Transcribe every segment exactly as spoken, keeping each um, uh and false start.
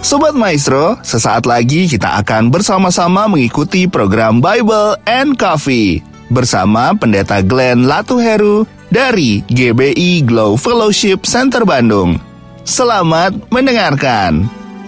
Sobat Maestro, sesaat lagi kita akan bersama-sama mengikuti program Bible and Coffee bersama Pendeta Glenn Latuheru dari G B I Glow Fellowship Center Bandung. Selamat mendengarkan.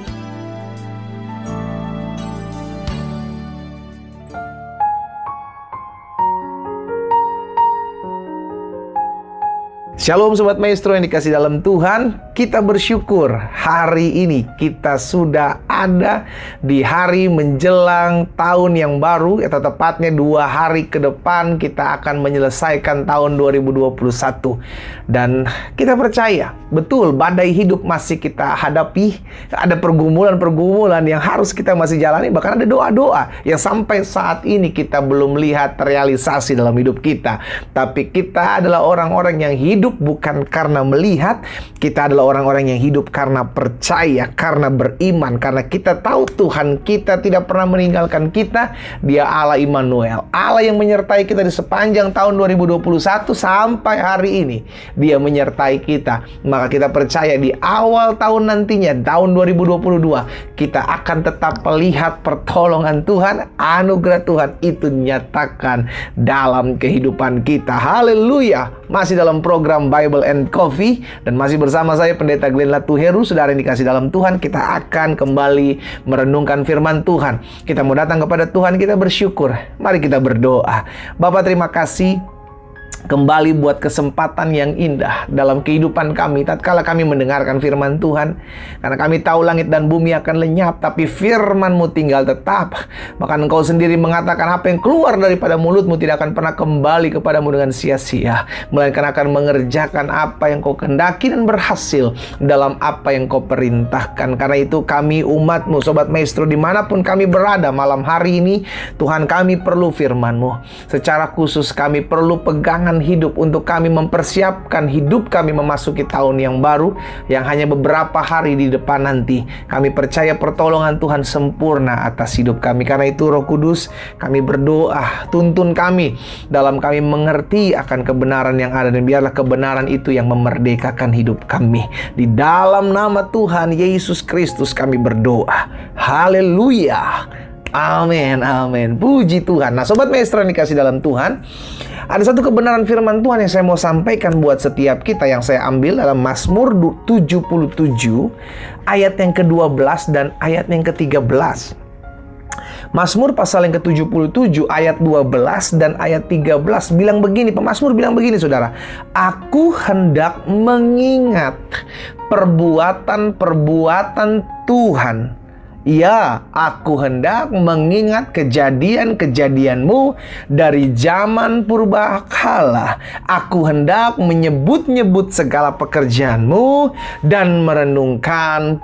Shalom Sobat Maestro yang dikasih dalam Tuhan. Kita bersyukur hari ini kita sudah ada di hari menjelang tahun yang baru, atau tepatnya dua hari ke depan kita akan menyelesaikan tahun dua ribu dua puluh satu. Dan kita percaya, betul badai hidup masih kita hadapi, ada pergumulan-pergumulan yang harus kita masih jalani, bahkan ada doa-doa yang sampai saat ini kita belum lihat terrealisasi dalam hidup kita. Tapi kita adalah orang-orang yang hidup bukan karena melihat, kita adalah orang-orang yang hidup karena percaya, karena beriman, karena kita tahu Tuhan kita tidak pernah meninggalkan kita. Dia Allah Immanuel, Allah yang menyertai kita di sepanjang tahun dua ribu dua puluh satu sampai hari ini. Dia menyertai kita. Maka kita percaya di awal tahun nantinya, tahun dua ribu dua puluh dua, kita akan tetap melihat pertolongan Tuhan, anugerah Tuhan itu nyatakan dalam kehidupan kita. Haleluya. Masih dalam program Bible and Coffee dan masih bersama saya Pendeta Glenn Latuheru. Saudara yang dikasih dalam Tuhan, kita akan kembali merenungkan firman Tuhan. Kita mau datang kepada Tuhan, kita bersyukur. Mari kita berdoa. Bapa, terima kasih kembali buat kesempatan yang indah dalam kehidupan kami tatkala kami mendengarkan firman Tuhan. Karena kami tahu langit dan bumi akan lenyap, tapi firman-Mu tinggal tetap. Bahkan Engkau sendiri mengatakan apa yang keluar daripada mulut-Mu tidak akan pernah kembali kepadamu dengan sia-sia, melainkan akan mengerjakan apa yang Kau kehendaki dan berhasil dalam apa yang Kau perintahkan. Karena itu kami umat-Mu, Sobat Maestro, dimanapun kami berada malam hari ini, Tuhan, kami perlu firman-Mu. Secara khusus kami perlu pegangan hidup untuk kami mempersiapkan hidup kami memasuki tahun yang baru yang hanya beberapa hari di depan nanti. Kami percaya pertolongan Tuhan sempurna atas hidup kami. Karena itu Roh Kudus, kami berdoa, tuntun kami dalam kami mengerti akan kebenaran yang ada, dan biarlah kebenaran itu yang memerdekakan hidup kami. Di dalam nama Tuhan Yesus Kristus kami berdoa. Haleluya. Amin, amin. Puji Tuhan. Nah, Sobat Maestro yang dikasih dalam Tuhan, ada satu kebenaran firman Tuhan yang saya mau sampaikan buat setiap kita, yang saya ambil dalam Mazmur tujuh puluh tujuh ayat yang kedua belas dan ayat yang ketiga belas. Mazmur pasal yang ke tujuh puluh tujuh ayat dua belas dan ayat tiga belas bilang begini, pemazmur bilang begini, saudara. Aku hendak mengingat perbuatan-perbuatan Tuhan. Ya, aku hendak mengingat kejadian-kejadian-Mu dari zaman purbakala. Aku hendak menyebut-nyebut segala pekerjaan-Mu dan merenungkan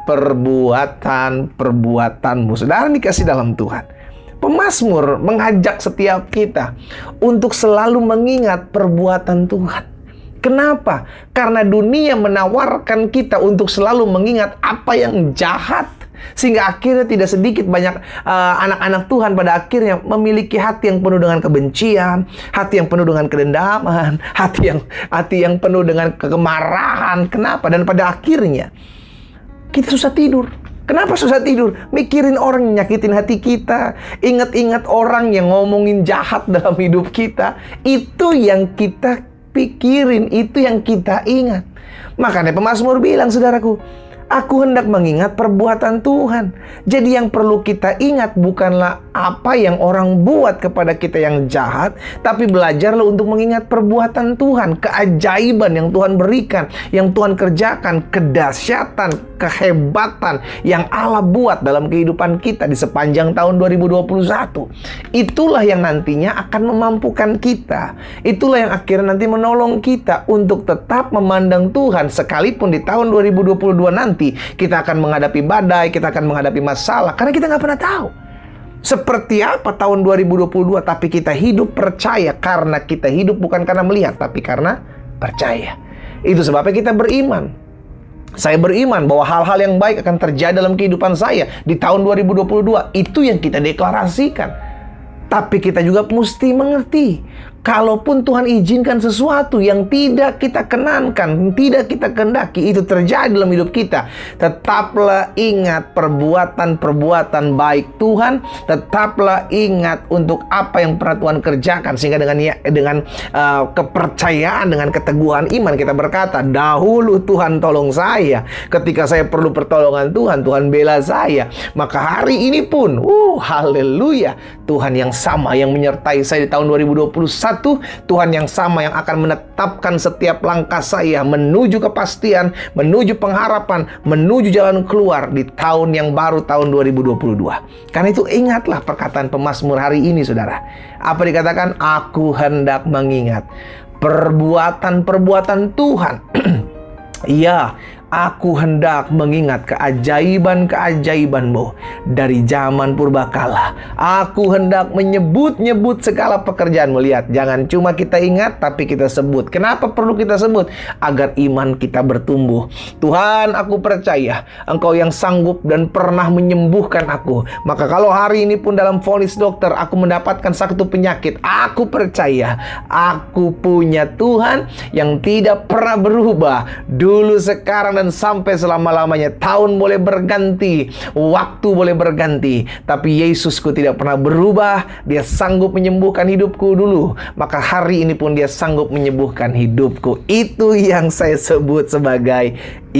perbuatan-perbuatan-Mu. Saudara dikasih dalam Tuhan, pemazmur mengajak setiap kita untuk selalu mengingat perbuatan Tuhan. Kenapa? Karena dunia menawarkan kita untuk selalu mengingat apa yang jahat, sehingga akhirnya tidak sedikit banyak uh, anak-anak Tuhan pada akhirnya memiliki hati yang penuh dengan kebencian, hati yang penuh dengan kedendaman, hati yang hati yang penuh dengan kemarahan. Kenapa? Dan pada akhirnya kita susah tidur. Kenapa susah tidur? Mikirin orang yang nyakitin hati kita, ingat-ingat orang yang ngomongin jahat dalam hidup kita. Itu yang kita pikirin, itu yang kita ingat. Makanya pemazmur bilang, saudaraku, aku hendak mengingat perbuatan Tuhan. Jadi yang perlu kita ingat bukanlah apa yang orang buat kepada kita yang jahat, tapi belajarlah untuk mengingat perbuatan Tuhan, keajaiban yang Tuhan berikan, yang Tuhan kerjakan, kedahsyatan, kehebatan yang Allah buat dalam kehidupan kita di sepanjang tahun dua ribu dua puluh satu. Itulah yang nantinya akan memampukan kita. Itulah yang akhirnya nanti menolong kita untuk tetap memandang Tuhan, sekalipun di tahun dua ribu dua puluh dua nanti kita akan menghadapi badai, kita akan menghadapi masalah, karena kita nggak pernah tahu seperti apa tahun dua ribu dua puluh dua. Tapi kita hidup percaya, karena kita hidup bukan karena melihat, tapi karena percaya. Itu sebabnya kita beriman. Saya beriman bahwa hal-hal yang baik akan terjadi dalam kehidupan saya di tahun dua ribu dua puluh dua. Itu yang kita deklarasikan. Tapi kita juga mesti mengerti, kalaupun Tuhan izinkan sesuatu yang tidak kita kenankan, tidak kita kehendaki, itu terjadi dalam hidup kita, tetaplah ingat perbuatan-perbuatan baik Tuhan. Tetaplah ingat untuk apa yang pernah Tuhan kerjakan, sehingga dengan ya, dengan uh, kepercayaan, dengan keteguhan iman kita berkata, dahulu Tuhan tolong saya, ketika saya perlu pertolongan Tuhan, Tuhan bela saya. Maka hari ini pun, uh, haleluya, Tuhan yang sama yang menyertai saya di tahun dua ribu dua puluh satu, Tuhan yang sama yang akan menetapkan setiap langkah saya menuju kepastian, menuju pengharapan, menuju jalan keluar di tahun yang baru, tahun dua ribu dua puluh dua. Karena itu ingatlah perkataan pemazmur hari ini, saudara. Apa dikatakan? Aku hendak mengingat perbuatan-perbuatan Tuhan. Iya, aku hendak mengingat keajaiban-keajaiban-Mu dari zaman purbakala. Aku hendak menyebut-nyebut segala pekerjaan-Mu. Lihat, jangan cuma kita ingat, tapi kita sebut. Kenapa perlu kita sebut? Agar iman kita bertumbuh. Tuhan, aku percaya Engkau yang sanggup dan pernah menyembuhkan aku. Maka kalau hari ini pun dalam vonis dokter aku mendapatkan satu penyakit, aku percaya aku punya Tuhan yang tidak pernah berubah. Dulu, sekarang, dan sampai selama-lamanya. Tahun boleh berganti, waktu boleh berganti, tapi Yesusku tidak pernah berubah. Dia sanggup menyembuhkan hidupku dulu, maka hari ini pun Dia sanggup menyembuhkan hidupku. Itu yang saya sebut sebagai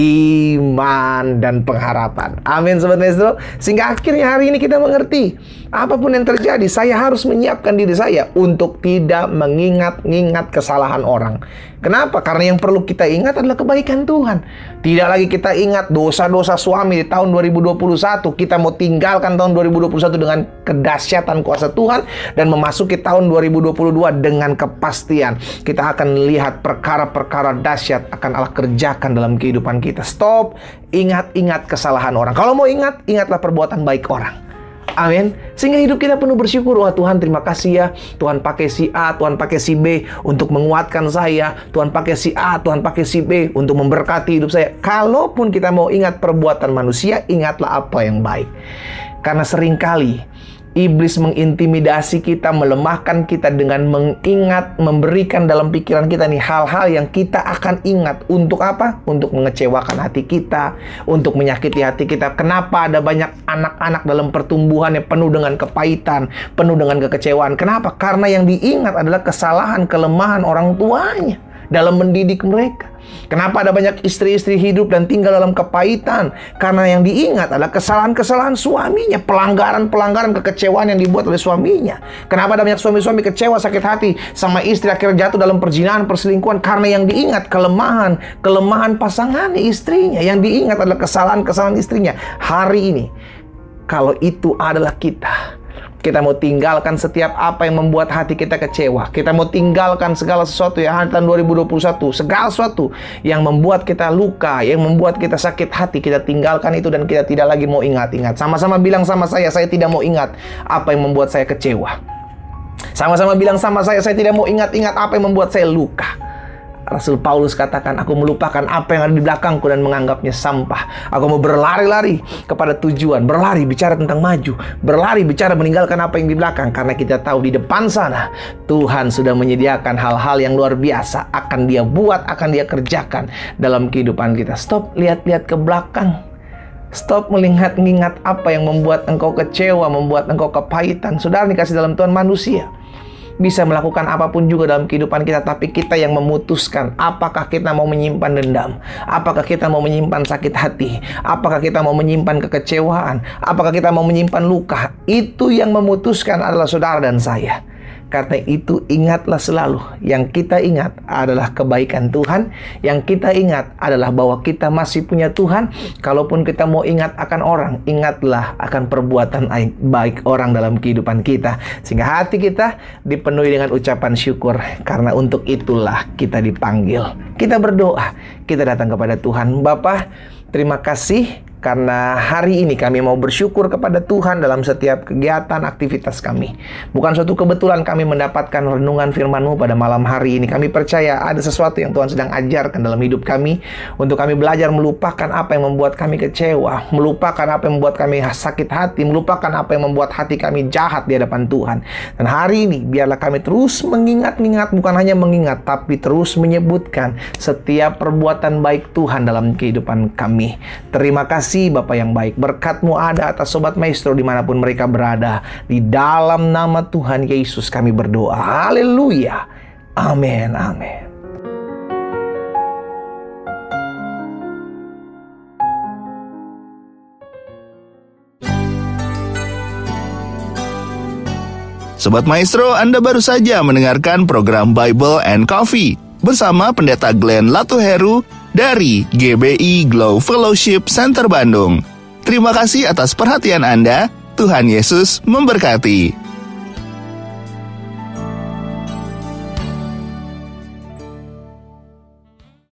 iman dan pengharapan. Amin, Sobat Maestro. Sehingga akhirnya hari ini kita mengerti, apapun yang terjadi, saya harus menyiapkan diri saya untuk tidak mengingat-ingat kesalahan orang. Kenapa? Karena yang perlu kita ingat adalah kebaikan Tuhan. Tidak lagi kita ingat dosa-dosa suami di tahun dua ribu dua puluh satu. Kita mau tinggalkan tahun dua ribu dua puluh satu dengan kedahsyatan kuasa Tuhan, dan memasuki tahun dua ribu dua puluh dua dengan kepastian. Kita akan lihat perkara-perkara dahsyat akan Allah kerjakan dalam kehidupan kita. Stop ingat-ingat kesalahan orang. Kalau mau ingat, ingatlah perbuatan baik orang. Amin. Sehingga hidup kita penuh bersyukur. Wah, Tuhan terima kasih ya, Tuhan pakai si A, Tuhan pakai si B untuk menguatkan saya, Tuhan pakai si A, Tuhan pakai si B untuk memberkati hidup saya. Kalaupun kita mau ingat perbuatan manusia, ingatlah apa yang baik. Karena seringkali iblis mengintimidasi kita, melemahkan kita dengan mengingat, memberikan dalam pikiran kita nih hal-hal yang kita akan ingat. Untuk apa? Untuk mengecewakan hati kita, untuk menyakiti hati kita. Kenapa ada banyak anak-anak dalam pertumbuhan yang penuh dengan kepahitan, penuh dengan kekecewaan? Kenapa? Karena yang diingat adalah kesalahan, kelemahan orang tuanya dalam mendidik mereka. Kenapa ada banyak istri-istri hidup dan tinggal dalam kepahitan? Karena yang diingat adalah kesalahan-kesalahan suaminya, pelanggaran-pelanggaran, kekecewaan yang dibuat oleh suaminya. Kenapa ada banyak suami-suami kecewa, sakit hati sama istri, akhirnya jatuh dalam perzinahan, perselingkuhan? Karena yang diingat kelemahan, kelemahan pasangan istrinya. Yang diingat adalah kesalahan-kesalahan istrinya. Hari ini, kalau itu adalah kita, kita mau tinggalkan setiap apa yang membuat hati kita kecewa. Kita mau tinggalkan segala sesuatu yang ada tahun dua ribu dua puluh satu. Segala sesuatu yang membuat kita luka, yang membuat kita sakit hati, kita tinggalkan itu dan kita tidak lagi mau ingat-ingat. Sama-sama bilang sama saya, saya tidak mau ingat apa yang membuat saya kecewa. Sama-sama bilang sama saya, saya tidak mau ingat-ingat apa yang membuat saya luka. Rasul Paulus katakan, aku melupakan apa yang ada di belakangku dan menganggapnya sampah. Aku mau berlari-lari kepada tujuan, berlari bicara tentang maju, berlari bicara meninggalkan apa yang di belakang. Karena kita tahu di depan sana Tuhan sudah menyediakan hal-hal yang luar biasa. Akan Dia buat, akan Dia kerjakan dalam kehidupan kita. Stop lihat-lihat ke belakang. Stop melihat-ingat apa yang membuat engkau kecewa, membuat engkau kepahitan. Saudara dikasih dalam Tuhan, manusia bisa melakukan apapun juga dalam kehidupan kita, tapi kita yang memutuskan apakah kita mau menyimpan dendam, apakah kita mau menyimpan sakit hati, apakah kita mau menyimpan kekecewaan, apakah kita mau menyimpan luka. Itu yang memutuskan adalah saudara dan saya. Karena itu ingatlah selalu, yang kita ingat adalah kebaikan Tuhan, yang kita ingat adalah bahwa kita masih punya Tuhan. Kalaupun kita mau ingat akan orang, ingatlah akan perbuatan baik orang dalam kehidupan kita, sehingga hati kita dipenuhi dengan ucapan syukur. Karena untuk itulah kita dipanggil. Kita berdoa, kita datang kepada Tuhan. Bapa, terima kasih karena hari ini kami mau bersyukur kepada Tuhan dalam setiap kegiatan aktivitas kami. Bukan suatu kebetulan kami mendapatkan renungan firman-Mu pada malam hari ini. Kami percaya ada sesuatu yang Tuhan sedang ajarkan dalam hidup kami, untuk kami belajar melupakan apa yang membuat kami kecewa, melupakan apa yang membuat kami sakit hati, melupakan apa yang membuat hati kami jahat di hadapan Tuhan. Dan hari ini biarlah kami terus mengingat-ingat, bukan hanya mengingat, tapi terus menyebutkan setiap perbuatan baik Tuhan dalam kehidupan kami. Terima kasih Bapa yang baik. Berkat-Mu ada atas Sobat Maestro dimanapun mereka berada. Di dalam nama Tuhan Yesus kami berdoa. Haleluya. Amin. Amin. Sobat Maestro, Anda baru saja mendengarkan program Bible and Coffee bersama Pendeta Glenn Latuheru dari G B I Glow Fellowship Center Bandung. Terima kasih atas perhatian Anda. Tuhan Yesus memberkati.